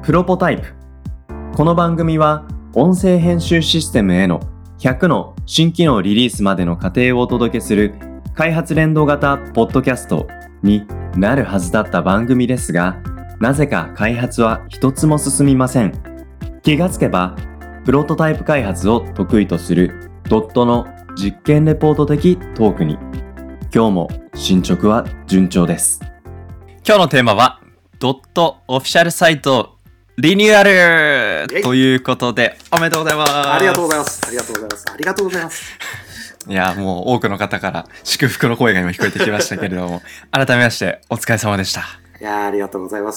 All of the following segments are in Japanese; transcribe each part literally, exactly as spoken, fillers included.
プロポタイプ。この番組は音声編集システムへのひゃくの新機能リリースまでの過程をお届けする開発連動型ポッドキャストになるはずだった番組ですが、なぜか開発は一つも進みません。気がつけばプロトタイプ開発を得意とするドットの実験レポート的トークに、今日も進捗は順調です。 今日のテーマはドットオフィシャルサイトリニューアルということで、おめでとうございます。 ありがとうございます。ありがとうございます。ありがとうございます。 いや、もう多くの方から祝福の声が今聞こえてきましたけれども、改めましてお疲れ様でした。 いや、ありがとうございます。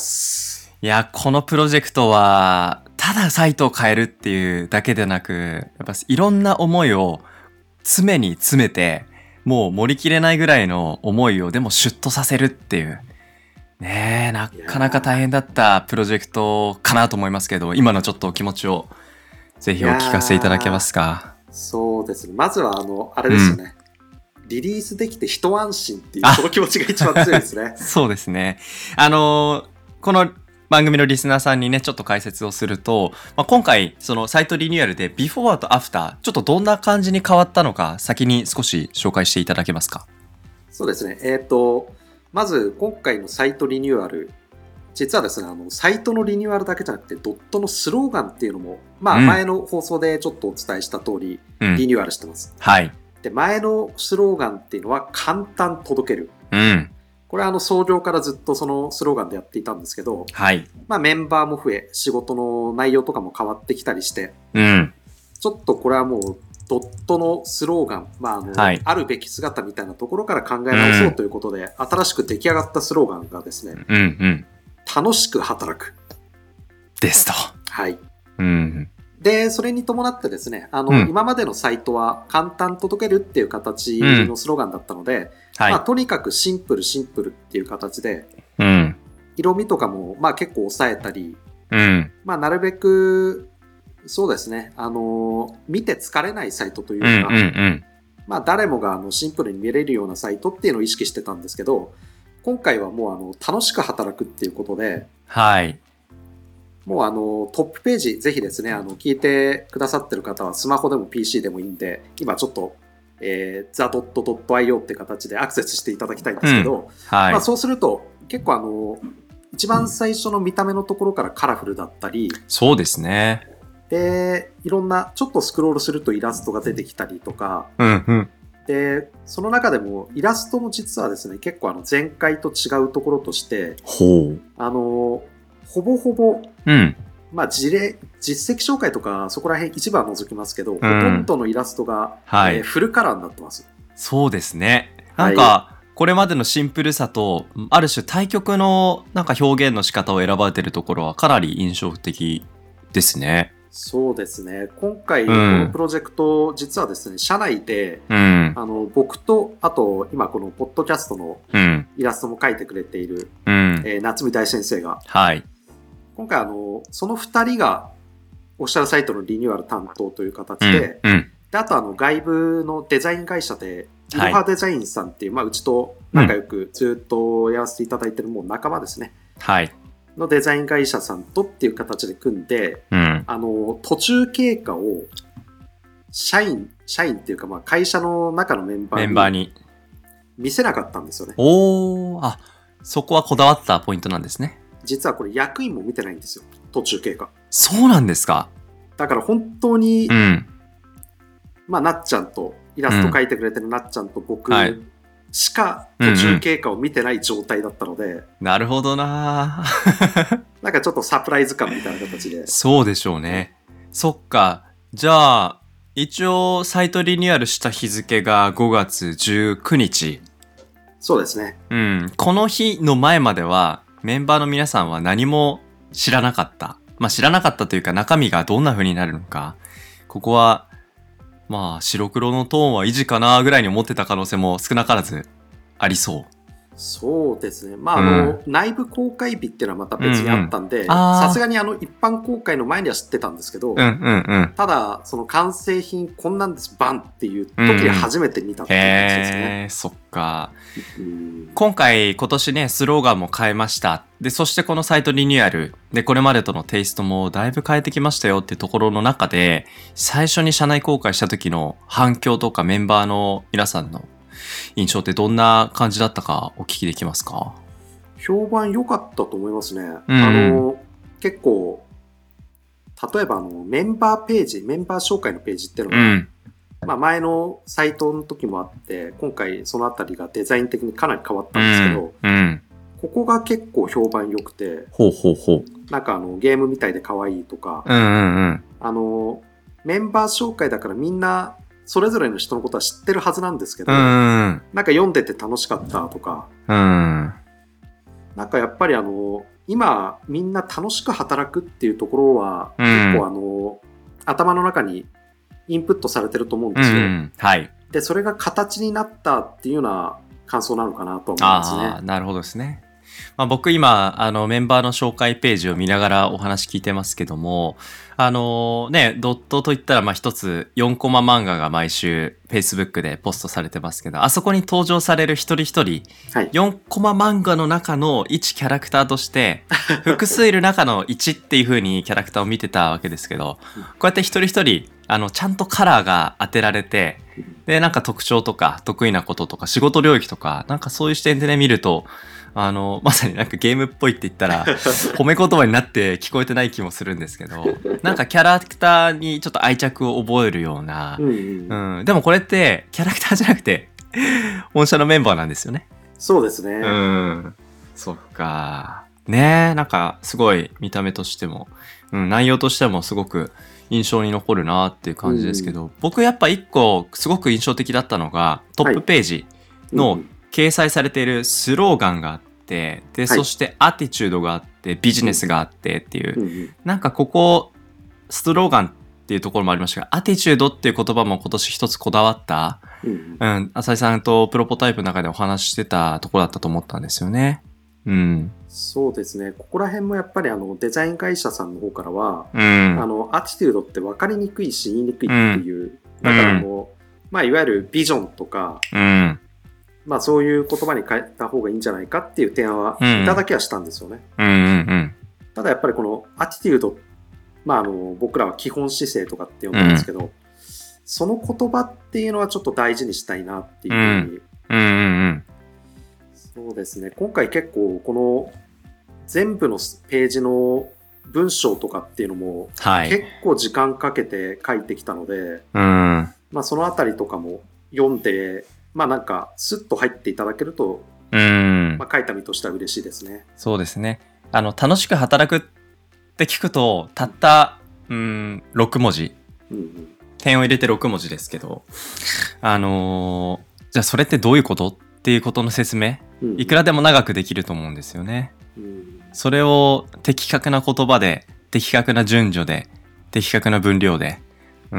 いや、このプロジェクトはただサイトを変えるっていうだけでなく、やっぱいろんな思いを詰めに詰めて、もう盛りきれないぐらいの思いをでもシュッとさせるっていう。ねえ、なかなか大変だったプロジェクトかなと思いますけど、今のちょっとお気持ちをぜひお聞かせいただけますか。 そうですね。まずはあのあれですよね、うん、リリースできて一安心っていうその気持ちが一番強いですね。 そうですね。あのこの番組のリスナーさんにねちょっと解説をすると、まあ、今回そのサイトリニューアルでビフォーとアフターちょっとどんな感じに変わったのか先に少し紹介していただけますか。 そうですね。えっとまず今回のサイトリニューアル、実はですね、あのサイトのリニューアルだけじゃなくてドットのスローガンっていうのも、まあ前の放送でちょっとお伝えした通り、うん、リニューアルしてます。 はい。 で、前のスローガンっていうのは簡単届ける。 うん。 これはあの創業からずっとそのスローガンでやっていたんですけど、 はい。 まあメンバーも増え、仕事の内容とかも変わってきたりして、 うん。 ちょっとこれはもうドットのスローガン、まああの、はい、あるべき姿みたいなところから考え直そうということで、うん、新しく出来上がったスローガンがですね、 うんうん、 楽しく働くですと。 はい。 うん、 で、それに伴ってですね、あの、うん、今までのサイトは簡単届けるっていう形のスローガンだったので、うんまあ、とにかくシンプルシンプルっていう形で、 うん、 色味とかもまあ結構抑えたり、 うん、 まあなるべくそうですね。あのー、見て疲れないサイトというか、 うんうんうん、 まあ誰もがあのシンプルに見れるようなサイトっていうのを意識してたんですけど、今回はもうあの楽しく働くっていうことで、 はい。 もうあのトップページぜひですね、あの聞いてくださってる方はスマホでも ピーシー でもいいんで、今ちょっと、えー、ザドットドットアイオー って形でアクセスしていただきたいんですけど、 うんはい、 まあそうすると結構あの一番最初の見た目のところからカラフルだったり、 そうですね。 で、いろんな、ちょっとスクロールするとイラストが出てきたりとか、 うんうん、 で、その中でもイラストも実はですね、結構あの前回と違うところとして、 ほう。 あの、ほぼほぼ、 うん、 まあ事例、実績紹介とかそこら辺一部は除きますけど、うん、ほとんどのイラストが、 はいえー、フルカラーになってます。 そうですね。なんか、はい、これまでのシンプルさと、ある種対極のなんか表現の仕方を選ばれているところはかなり印象的ですね。 そうですね。今回このプロジェクト、うん、実はですね、社内で、 うん、 あの僕とあと今このポッドキャストのイラストも描いてくれている、 うんえー、夏見大先生が、 はい、 今回あのそのふたりがオフィシャルサイトのリニューアル担当という形で、 うんうん、 であとあの外部のデザイン会社でイロハデザインさんっていう、まあ、うちと仲良くずっとやらせていただいてるもう仲間ですね。 はいのデザイン会社さんとっていう形で組んで、 うん、 あの途中経過を社員社員っていうかまあ会社の中のメンバーに見せなかったんですよね。 おー、あ、そこはこだわったポイントなんですね。 実はこれ役員も見てないんですよ、途中経過。 そうなんですか。 だから本当に、 うん、 まあなっちゃんとイラスト描いてくれてるなっちゃんと僕、うんはいしか途中経過を見てない状態だったので、うんうん、 なるほどななんかちょっとサプライズ感みたいな形で。 そうでしょうね。そっか。じゃあ一応サイトリニューアルした日付がごがつじゅうくにち。 そうですね。 うん。この日の前まではメンバーの皆さんは何も知らなかった。まあ知らなかったというか中身がどんな風になるのか。ここはまあ白黒のトーンは維持かなぐらいに思ってた可能性も少なからずありそう。 そうですね。まあ、あの、 う内部公開日っていうのはまた別にあったんで、 うんうんあーさすがにあの、一般公開の前には知ってたんですけど、 うんうんうん。 ただ、その完成品こんなんです、バンっていう時に初めて見たっていう感じですね。 へえ、そっか。 うん今回、今年ね、スローガンも変えました。で、そしてこのサイトリニューアル。で、これまでとのテイストもだいぶ変えてきましたよっていうところの中で、最初に社内公開した時の反響とかメンバーの皆さんの印象ってどんな感じだったかお聞きできますか？ 評判良かったと思いますね。 うんあの、結構、例えばあの、メンバーページ、メンバー紹介のページっていうのが、 うん。 まあ前のサイトの時もあって、今回そのあたりがデザイン的にかなり変わったんですけど、 うん。うん。 ここが結構評判良くて、 ほうほうほう。 なんかあの、ゲームみたいで可愛いとか、 うんうんうん。 あの、メンバー紹介だからみんな、それぞれの人のことは知ってるはずなんですけど、 うん。 なんか読んでて楽しかったとか、 うん。 なんかやっぱりあの、今みんな楽しく働くっていうところは、 うん結構あの、頭の中にインプットされてると思うんうですよ。 ん。はい。 で、それが形になったっていうような感想なのかなと思いますああ、 ね。 なるほどですね。まあ、僕今、あの、メンバーの紹介ページを見ながらお話聞いてますけども、あのね、ドットといったら、まあ一つよんコマ漫画が毎週 Facebook でポストされてますけど、あそこに登場される一人一人、 はい。 よんコマ漫画の中のいちキャラクターとして、複数いる中のいちっていう風にキャラクターを見てたわけですけど、こうやって一人一人、あの、ちゃんとカラーが当てられて、で、なんか特徴とか得意なこととか仕事領域とか、なんかそういう視点でね、見ると、あの、まさになんかゲームっぽいって言ったら、褒め言葉になって聞こえてない気もするんですけど、なんかキャラクターにちょっと愛着を覚えるようなう、んうんうん、でもこれってキャラクターじゃなくて、本社のメンバーなんですよね。 そうですね。 うん。そっか。ねえ、なんかすごい見た目としても、うん、内容としてもすごく印象に残るなっていう感じですけど、僕やっぱ一個すごく印象的だったのが、トップページのうん掲載されているスローガンがあって、で、 はいそしてアティチュードがあって、ビジネスがあってっていう、 うんうんなんかここ、スローガンっていうところもありましたが、アティチュードっていう言葉も今年一つこだわった、 うんうんうん、浅井さんとプロポタイプの中でお話ししてたところだったと思ったんですよね。うん。 そうですね。ここら辺もやっぱりあのデザイン会社さんの方からは、 うん。 あの、アティテュードって分かりにくいし言いにくいっていう、だからあの、まあ、いわゆるビジョンとか、 うん。 まあ、そういう言葉に変えた方がいいんじゃないかっていう提案はうんいただきはしたんですよね。 うんうんうん。 ただやっぱりこのアティテュード、まあ、あの、僕らは基本姿勢とかって呼んでますけど、その言葉っていうのはちょっと大事にしたいなっていうふうに、 うんうんうん。 そうですね。今回結構この全部のページの文章とかっていうのもはい。 結構時間かけて書いてきたので、 うん。 まあそのあたりとかも読んで、まあなんかスッと入っていただけると、 うんま。あ書いた身としては嬉しいですね。 そうですね。あの、楽しく働くって聞くと、たった、うん、ろく文字。 うんうん。 点を入れてろく文字ですけど、あのーじゃあそれってどういうことっていうことの説明、 うんうんいくらでも長くできると思うんですよね。 うんそれを的確な言葉で、的確な順序で、的確な分量で。うん。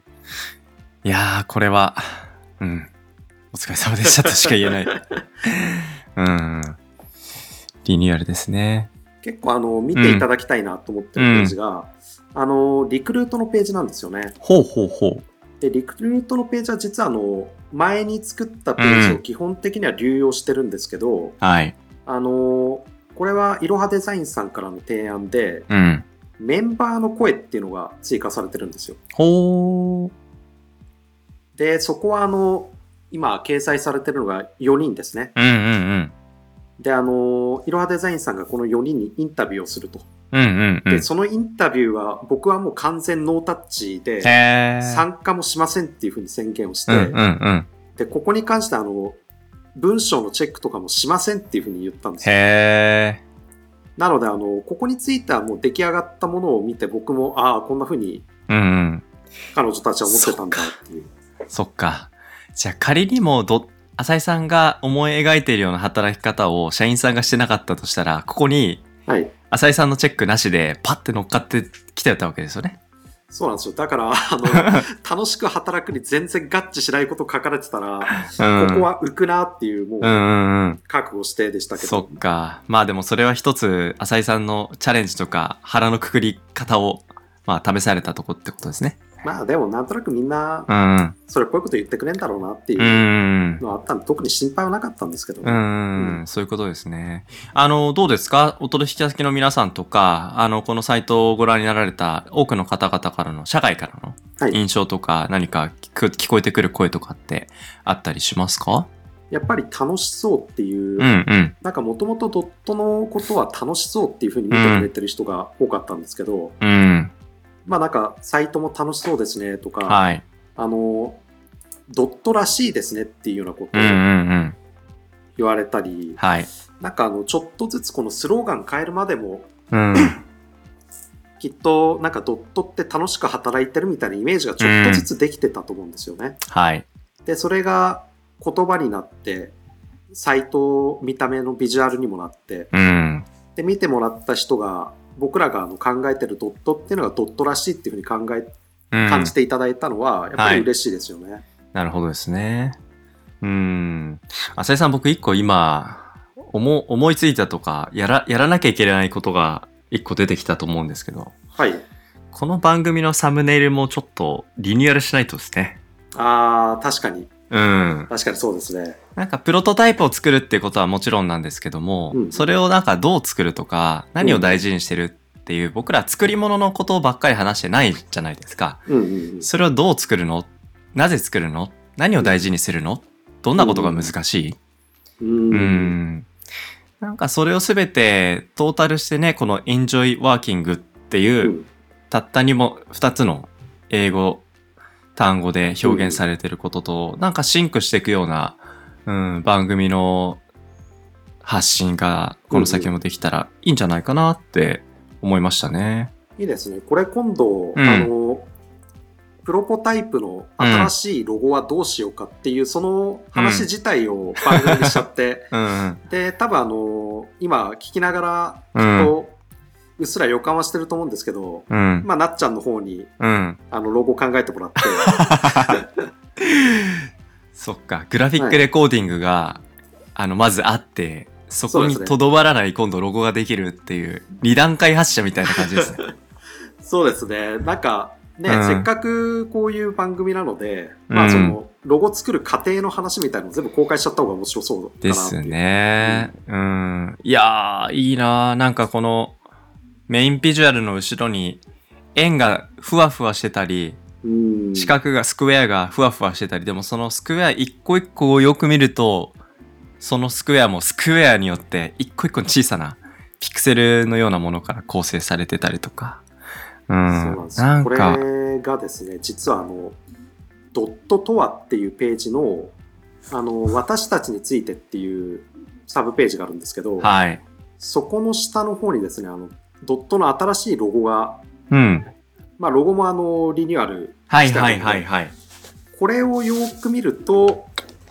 いやー、これは、うん。お疲れ様でしたとしか言えない。うん。リニューアルですね。 結構あの見ていただきたいなと思ってるページが、あのリクルートのページなんですよね。 ほうほうほう。 でリクルートのページは実はあの前に作ったページを基本的には流用してるんですけど、 はい。 あのこれはいろはデザインさんからの提案で、 うん。 メンバーの声っていうのが追加されてるんですよ。 ほー。 でそこはあの今掲載されてるのがよにんですね。 うんうんうん。 であのいろはデザインさんがこのよにんにインタビューをすると。 うんうんうん。 でそのインタビューは僕はもう完全ノータッチでへー。 参加もしませんっていうふうに宣言をして、 うんうんうん。 でここに関してあの文章のチェックとかもしませんっていうふうに言ったんですよ。 へなのであのここについてはもう出来上がったものを見て僕もああこんなふうにー。うんうん。 彼女たちは思ってたんだっていう。 そっか。じゃあ仮にもど、浅井さんが思い描いているような働き方を社員さんがしてなかったとしたら、ここにはい。 浅井さんのチェックなしでパッて乗っかってきてたわけですよね。 そうなんですよ。だから、あの、楽しく働くに全然合致しないこと書かれてたら、 うん、 ここは浮くなっていう、もう、 うんうんうん。 覚悟してでしたけど。 そっか。まあでもそれは一つ、浅井さんのチャレンジとか腹のくくり方を、まあ試されたとこってことですね。 まあでもなんとなくみんな、 うんそれっぽいこと言ってくれんだろうなっていううん。うん。 のはあったんで、特に心配はなかったんですけど、 うん、 うんそういうことですね。あの、どうですか？お取引先の皆さんとか、あの、このサイトをご覧になられた多くの方々からの、社外からのはい。 印象とか、何か聞く聞こえてくる声とかってあったりしますか？ やっぱり楽しそうっていう、 うんうん。 なんかもともとドットのことは楽しそうっていうふうに見てくれてる人が多かったんですけど、 うん。 まあなんかサイトも楽しそうですねとか、 はい。 あの、ドットらしいですねっていうようなことをうんうんうん。 言われたり、 はい。 なんかあの、ちょっとずつこのスローガン変えるまでも、 うん。 きっとなんかドットって楽しく働いてるみたいなイメージがちょっとずつできてたと思うんですよね。 はい。 で、それが言葉になって、サイト見た目のビジュアルにもなって、 うん。 で、見てもらった人が、僕らがあの考えてるドットっていうのがドットらしいっていうふうに考え、 うん。 感じていただいたのは、やっぱり嬉しいですよね。 なるほどですね。うん。浅井さん、僕一個今、思、思いついたとか、やら、やらなきゃいけないことが一個出てきたと思うんですけど、 はい。 この番組のサムネイルもちょっとリニューアルしないとですね。 あー、確かに。 うん。 確かにそうですね。 なんかプロトタイプを作るっていうことはもちろんなんですけども、 うんそれをなんかどう作るとか、何を大事にしてるっていう、僕ら作り物のことばっかり話してないじゃないですか。 うんうんうん。 それをどう作るの？なぜ作るの？何を大事にするの？どんなことが難しい？ ううんん。なんかそれをすべてトータルしてね、この Enjoy Working っていう、 うんたったにも二つの英語単語で表現されてることと、なんかシンクしていくような、うん、番組の発信がこの先もできたらいいんじゃないかなって思いましたね。 いいですね。これ今度、 うんあの、プロポタイプの新しいロゴはどうしようかっていう、その話自体を番組にしちゃって、 うんうん。 で、多分あの、今聞きながら、きうんっと、うっすら予感はしてると思うんですけど、 うん。 まあ、なっちゃんの方に、 うん。 あの、ロゴ考えてもらって、 そっか、グラフィックレコーディングが、あの、まずあって、そこにとどまらない今度ロゴができるっていう、二段階発射みたいな感じですね。 そうですね。なんか、ね、 うんせっかくこういう番組なので、まあその、ロゴ作る過程の話みたいなの全部公開しちゃった方が面白そうかなっていう。 ですね。うん。いやー、いいなー。なんかこの、メインビジュアルの後ろに、円がふわふわしてたり、 うん。 四角が、スクエアがふわふわしてたり、でもそのスクエア一個一個をよく見ると、そのスクエアもスクエアによって一個一個の小さなピクセルのようなものから構成されてたりとか。うん。 そうなんですよ。こなんか、 れがですね、実はあの、ドットとはっていうページの、あの、私たちについてっていうサブページがあるんですけど、 はい。 そこの下の方にですね、あの、ドットの新しいロゴが、 うん。 まあロゴもあの、リニューアルはいしてあるのではいはいはい。 これをよく見ると、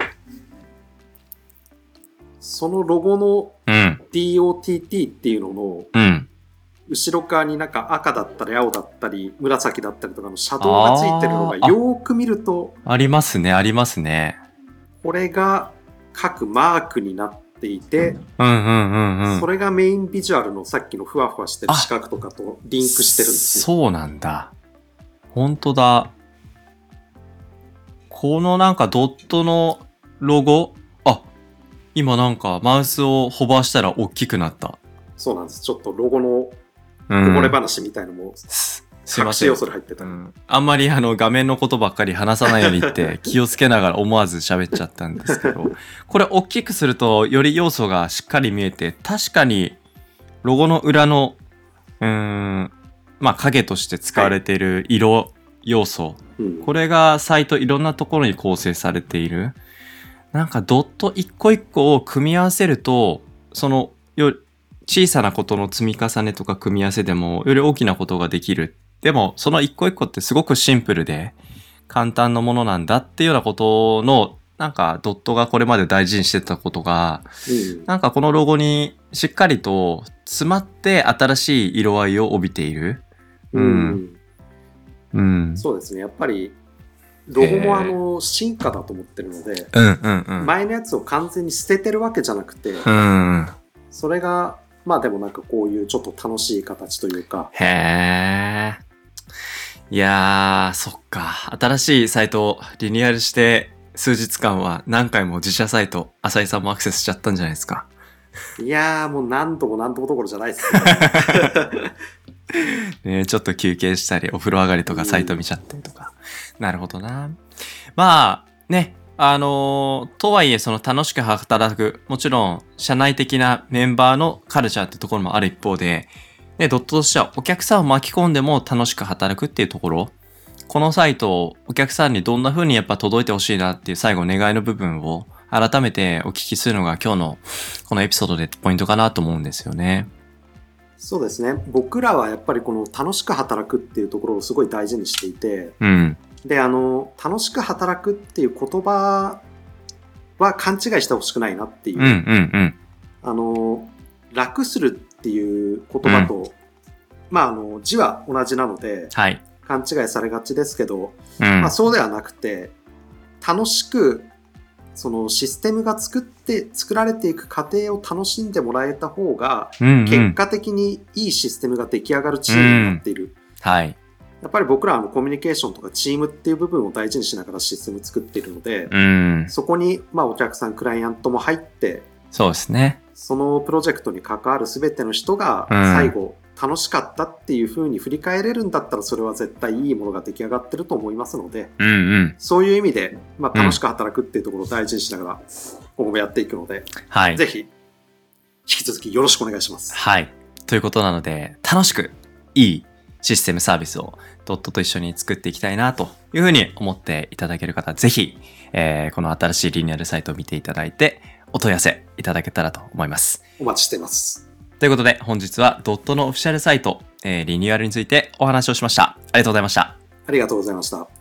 そのロゴのうん。 ディーオーティーティー っていうののうん。 後ろ側になんか赤だったり青だったり紫だったりとかのシャドウがついてるのがあーよーく見ると、 ありますね、ありますね。 これが各マークになっていて、 うんうんうんうん。 それがメインビジュアルのさっきのふわふわしてる四角とかとリンクしてるんですよ。 そうなんだ。ほんとだ。このなんかドットのロゴ、あ、今なんかマウスをホバーしたら大きくなった。 そうなんです。ちょっとロゴのうん。 こぼれ話みたいのもすすいません隠し要。素で入ってた。 うん、あんまりあの画面のことばっかり話さないようにって気をつけながら思わず喋っちゃったんですけど、これ大きくするとより要素がしっかり見えて、確かにロゴの裏のうーんまあ影として使われている色要素、 うんこれがサイトいろんなところに構成されている。なんかドット一個一個を組み合わせると、そのよ小さなことの積み重ねとか組み合わせでもより大きなことができる。でもその一個一個ってすごくシンプルで簡単なものなんだっていうようなことの、なんかドットがこれまで大事にしてたことが、 うんなんかこのロゴにしっかりと詰まって新しい色合いを帯びている。うん。 うん。 そうですね。やっぱり、ロゴもあの、進化だと思ってるので、 うんうんうん。 前のやつを完全に捨ててるわけじゃなくて、 うん。 それが、まあでもなんかこういうちょっと楽しい形というか。 へー。いやー、そっか。新しいサイトをリニューアルして数日間は何回も自社サイト、浅井さんもアクセスしちゃったんじゃないですか。 いやー、もう何度も何度もどころじゃないですね。ねちょっと休憩したり、お風呂上がりとかサイト見ちゃったりとか。うん、なるほどな。まあ、ね。あのー、とはいえその楽しく働く、もちろん社内的なメンバーのカルチャーってところもある一方で、で、ドットとしてはお客さんを巻き込んでも楽しく働くっていうところ、このサイトをお客さんにどんな風にやっぱ届いてほしいなっていう最後願いの部分を改めてお聞きするのが今日のこのエピソードでポイントかなと思うんですよね。 そうですね。僕らはやっぱりこの楽しく働くっていうところをすごい大事にしていて、 うん。 で、あの、楽しく働くっていう言葉は勘違いしてほしくないなっていう。 うんうんうん。あの、楽するっていう言葉と、うん、まあ、あの、字は同じなので、 はい、 勘違いされがちですけど、 うん、 まあ、そうではなくて、楽しく、そのシステムが作って、作られていく過程を楽しんでもらえた方が、うんうん、結果的にいいシステムが出来上がるチームになっている。うん、 はい。 やっぱり僕らはコミュニケーションとかチームっていう部分を大事にしながらシステム作っているので、 うん、 そこに、まあ、お客さん、クライアントも入って、 そうですね。 そのプロジェクトに関わるすべての人が最後楽しかったっていう風に振り返れるんだったらそれは絶対いいものが出来上がってると思いますので、 うんうん、 そういう意味で、まあ、楽しく働くっていうところを大事にしながら今後もやっていくので、 はい、 ぜひ引き続きよろしくお願いします。 はい。ということなので楽しくいいシステムサービスをドットと一緒に作っていきたいなというふうに思っていただける方はぜひ、えー、この新しいリニューアルサイトを見ていただいてお問い合わせいただけたらと思います。 お待ちしています。 ということで本日はドットのオフィシャルサイト、えー、リニューアルについてお話をしました。ありがとうございました。 ありがとうございました。